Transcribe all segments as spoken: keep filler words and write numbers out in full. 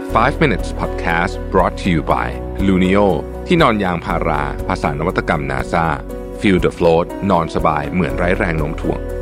five minutes podcast brought to you by Lunio ที่นอนยางพาราภาษานวัตกรรม NASA Feel the float นอนสบายเหมือนไร้แรงโน้มถ่วง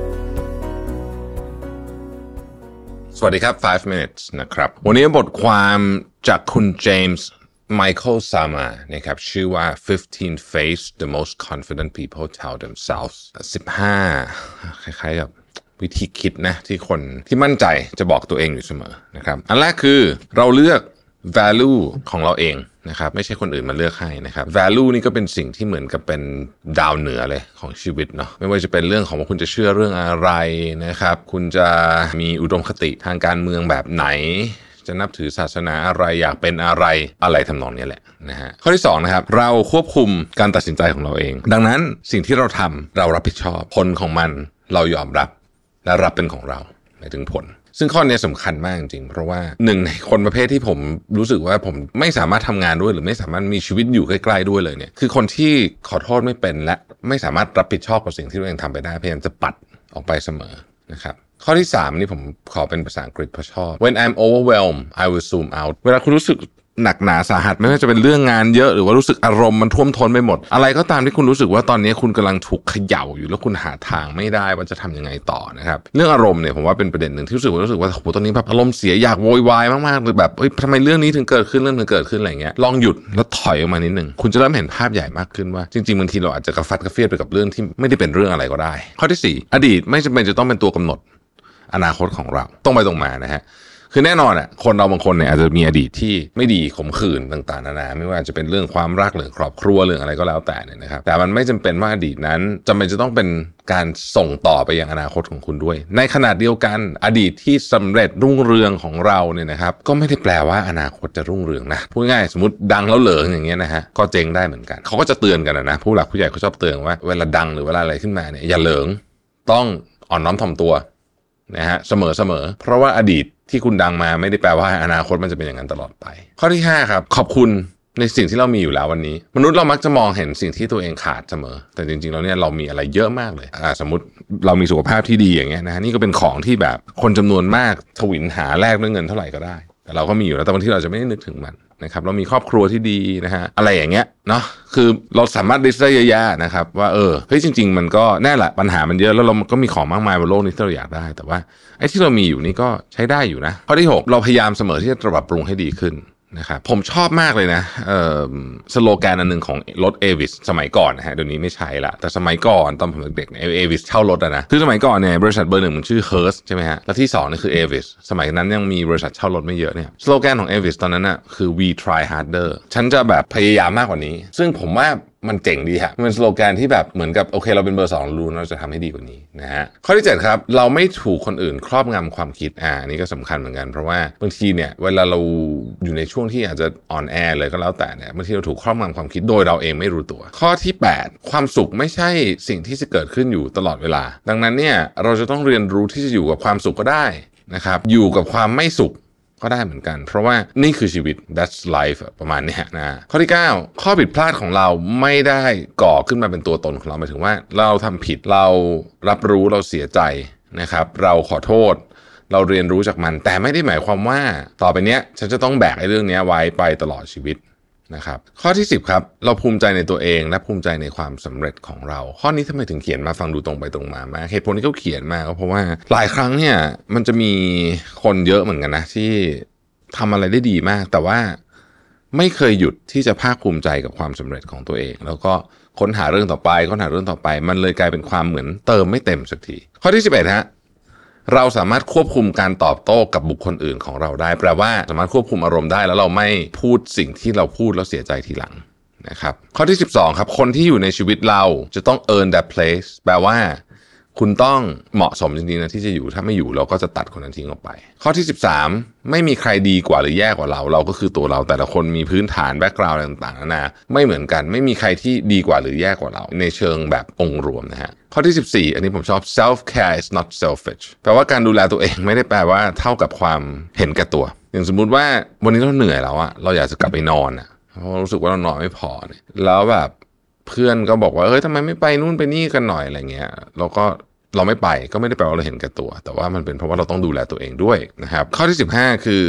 สวัสดีครับfive minutes นะครับวันนี้บทความจากคุณเจมส์ไมเคิลซามานะครับชื่อว่าfifteen ways the most confident people tell themselves สิบห้าคล้ายๆกับวิธีคิดนะที่คนที่มั่นใจจะบอกตัวเองอยู่เสมอนะครับอันแรกคือเราเลือก value ของเราเองนะครับไม่ใช่คนอื่นมาเลือกให้นะครับ value นี่ก็เป็นสิ่งที่เหมือนกับเป็นดาวเหนือเลยของชีวิตเนาะไม่ว่าจะเป็นเรื่องของว่าคุณจะเชื่อเรื่องอะไรนะครับคุณจะมีอุดมคติทางการเมืองแบบไหนจะนับถือศาสนาอะไรอยากเป็นอะไรอะไรทำนองนี้แหละนะฮะข้อที่สองนะครับเราควบคุมการตัดสินใจของเราเองดังนั้นสิ่งที่เราทำเรารับผิดชอบผลของมันเรายอมรับและรับเป็นของเราหมายถึงผลซึ่งข้อนี้สำคัญมากจริงเพราะว่าหนึ่งในคนประเภทที่ผมรู้สึกว่าผมไม่สามารถทำงานด้วยหรือไม่สามารถมีชีวิตอยู่ใกล้ๆด้วยเลยเนี่ยคือคนที่ขอโทษไม่เป็นและไม่สามารถรับผิดชอบกับสิ่งที่ตัวเองทำไปได้พยายามจะปัดออกไปเสมอนะครับข้อที่สามนี่ผมขอเป็นภาษาอังกฤษเพราะชอบ When I'm overwhelmed I will zoom out เวลาคุณรู้สึกหนักหนาสาหัสไม่ว่าจะเป็นเรื่องงานเยอะหรือว่ารู้สึกอารมณ์มันท่วมท้นไปหมดอะไรก็ตามที่คุณรู้สึกว่าตอนนี้คุณกำลังถูกเขย่าอยู่แล้วคุณหาทางไม่ได้ว่าจะทำยังไงต่อนะครับเรื่องอารมณ์เนี่ยผมว่าเป็นประเด็นหนึ่งที่รู้สึกว่ารู้สึกว่าโอ้โหตอนนี้แบบอารมณ์เสียอยากโวยวายมากๆเลยแบบเฮ้ยทำไมเรื่องนี้ถึงเกิดขึ้นเรื่องนึงเกิดขึ้นอะไรเงี้ยลองหยุดแล้วถอยออกมานิดนึงคุณจะเริ่มเห็นภาพใหญ่มากขึ้นว่าจริงๆบางทีเราอาจจะกระฟัดกระเฟียดไปกับเรื่องที่ไม่ได้เป็นเรื่องอะไรก็ได้ข้อที่สี่อดีตไม่จำเป็นจะต้องเป็นตัวกำหนดอนาคตของเราตรงไปตรงมานะฮะคือแน่นอนอ่ะคนเราบางคนเนี่ยอาจจะมีอดีตที่ไม่ดีขมขื่นต่างๆนานาไม่ว่าจะเป็นเรื่องความรักหรือครอบครัวเรื่องอะไรก็แล้วแต่เนี่ยนะครับแต่มันไม่จำเป็นว่าอดีตนั้นจำเป็นจะต้องเป็นการส่งต่อไปยังอนาคตของคุณด้วยในขณะเดียวกันอดีตที่สำเร็จรุ่งเรืองของเราเนี่ยนะครับก็ไม่ได้แปลว่าอนาคตจะรุ่งเรืองนะพูดง่ายสมมติดังแล้วเหลิงอย่างเงี้ยนะฮะก็เจ๊งได้เหมือนกันเขาก็จะเตือนกันนะผู้หลักผู้ใหญ่เขาชอบเตือนว่าเวลาดังหรือเวลาอะไรขึ้นมาเนี่ยอย่าเหลิงต้องอ่อนน้อมถ่อมตัวนะฮะเสมอเสมอเพราะว่าอดีตที่คุณดังมาไม่ได้แปลว่าอนาคตมันจะเป็นอย่างนั้นตลอดไปข้อที่ห้าครับขอบคุณในสิ่งที่เรามีอยู่แล้ววันนี้มนุษย์เรามักจะมองเห็นสิ่งที่ตัวเองขาดเสมอแต่จริงๆแล้วเนี่ยเรามีอะไรเยอะมากเลยอ่าสมมติเรามีสุขภาพที่ดีอย่างเงี้ยนะฮะนี่ก็เป็นของที่แบบคนจำนวนมากทวินหาแลกด้วยเงินเท่าไหร่ก็ได้แต่เราก็มีอยู่แล้วแต่บางทีเราจะไม่ได้นึกถึงมันนะครับเรามีครอบครัวที่ดีนะฮะอะไรอย่างเงี้ยเนาะคือเราสามารถดิสได้เยอะแยะนะครับว่าเออเฮ้ยจริงๆมันก็แน่แหละปัญหามันเยอะแล้วเราก็มีของมากมายบนโลกนี้ที่เราอยากได้แต่ว่าไอ้ที่เรามีอยู่นี่ก็ใช้ได้อยู่นะข้อที่หกเราพยายามเสมอที่จะปรับปรุงให้ดีขึ้นนะครับผมชอบมากเลยนะเอ่อสโลแกนอันนึงของรถเอวิสสมัยก่อนนะฮะเดี๋ยวนี้ไม่ใช้ละแต่สมัยก่อนตอนผมเด็กๆเอวิสเช่ารถอะนะคือสมัยก่อนเนี่ยบริษัทเบอร์หนึ่งมันชื่อเฮิร์สใช่ไหมฮะแล้วที่สองนี่คือเอวิสสมัยนั้นยังมีบริษัทเช่ารถไม่เยอะเนี่ยสโลแกนของเอวิสตอนนั้นอะคือ we try harder ฉันจะแบบพยายามมากกว่านี้ซึ่งผมว่ามันเจ๋งดีฮะมันเป็นสโลแกนที่แบบเหมือนกับโอเคเราเป็นเบอร์สองรู้เราจะทำให้ดีกว่านี้นะฮะข้อที่เจ็ดครับเราไม่ถูกคนอื่นครอบงำความคิดอ่านี่ก็สำคัญเหมือนกันเพราะว่าบางทีเนี่ยเวลาเราอยู่ในช่วงที่อาจจะอ่อนแอเลยก็แล้วแต่เนี่ยบางทีเราถูกครอบงำความคิดโดยเราเองไม่รู้ตัวข้อที่แปดความสุขไม่ใช่สิ่งที่จะเกิดขึ้นอยู่ตลอดเวลาดังนั้นเนี่ยเราจะต้องเรียนรู้ที่จะอยู่กับความสุขก็ได้นะครับอยู่กับความไม่สุขก็ได้เหมือนกันเพราะว่านี่คือชีวิต that's life ประมาณนี้นะข้อที่เก้าข้อผิดพลาดของเราไม่ได้ก่อขึ้นมาเป็นตัวตนของเราหมายถึงว่าเราทำผิดเรารับรู้เราเสียใจนะครับเราขอโทษเราเรียนรู้จากมันแต่ไม่ได้หมายความว่าต่อไปเนี้ยฉันจะต้องแบกไอ้เรื่องนี้ไว้ไปตลอดชีวิตนะครับข้อที่สิบครับเราภูมิใจในตัวเองและภูมิใจในความสำเร็จของเราข้อนี้ทำไมถึงเขียนมาฟังดูตรงไปตรงมามากเหตุผลที่เขาเขียนมาก็เพราะว่าหลายครั้งเนี่ยมันจะมีคนเยอะเหมือนกันนะที่ทำอะไรได้ดีมากแต่ว่าไม่เคยหยุดที่จะภาคภูมิใจกับความสำเร็จของตัวเองแล้วก็ค้นหาเรื่องต่อไปค้นหาเรื่องต่อไปมันเลยกลายเป็นความเหมือนเติมไม่เต็มสักทีข้อที่สิบเอ็ดฮะเราสามารถควบคุมการตอบโต้กับบุคคลอื่นของเราได้แปลว่าสามารถควบคุมอารมณ์ได้แล้วเราไม่พูดสิ่งที่เราพูดแล้วเสียใจทีหลังนะครับข้อที่สิบสองครับคนที่อยู่ในชีวิตเราจะต้อง earn that place แปลว่าคุณต้องเหมาะสมจริงๆนะที่จะอยู่ถ้าไม่อยู่เราก็จะตัดคนนั้นทิ้งออกไปข้อที่สิบสามไม่มีใครดีกว่าหรือแย่กว่าเราเราก็คือตัวเราแต่ละคนมีพื้นฐานแบ็คกราวด์ต่างๆนานาไม่เหมือนกันไม่มีใครที่ดีกว่าหรือแย่กว่าเราในเชิงแบบองค์รวมนะฮะข้อที่สิบสี่อันนี้ผมชอบ self care is not selfish แปลว่าการดูแลตัวเองไม่ได้แปลว่าเท่ากับความเห็นแก่ตัวอย่างสมมุติว่าวันนี้เราเหนื่อยแล้วอะเราอยากจะกลับไปนอนอะเพราะรู้สึกว่าเรานอนไม่พอเนี่ยแล้วแบบเพื่อนก็บอกว่าเฮ้ยทำไมไม่ไปนู่นไปนี่กันหน่อยอะไรเงี้ยเราก็เราไม่ไปก็ไม่ได้แปลว่าเราเห็นแก่ตัวแต่ว่ามันเป็นเพราะว่าเราต้องดูแลตัวเองด้วยนะครับข้อที่สิบห้าคือ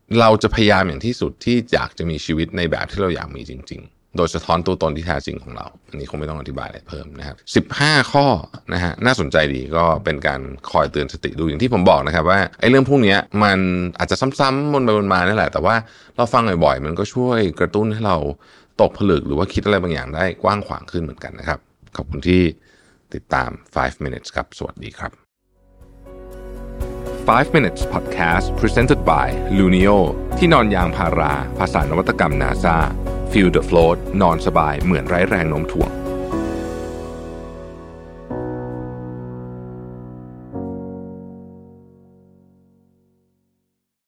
เราจะพยายามอย่างที่สุดที่อยากจะมีชีวิตในแบบที่เราอยากมีจริงๆโดยสะท้อนตัวตนที่แท้จริงของเราอันนี้คงไม่ต้องอธิบายอะไรเพิ่มนะครับสิบห้าข้อนะฮะน่าสนใจดีก็เป็นการคอยเตือนสติดูอย่างที่ผมบอกนะครับว่าไอ้เรื่องพวกนี้มันอาจจะซ้ำๆวนไปวนมานั่นแหละแต่ว่าเราฟังบ่อยๆมันก็ช่วยกระตุ้นให้เราตกผลึกหรือว่าคิดอะไรบางอย่างได้กว้างขวางขึ้นเหมือนกันนะครับขอบคุณที่ติดตาม five minutes ครับสวัสดีครับ five minutes podcast presented by Lunio ที่นอนยางพาราภาษานวัตกรรม NASA Feel the float นอนสบายเหมือนไร้แรงโน้มถ่วง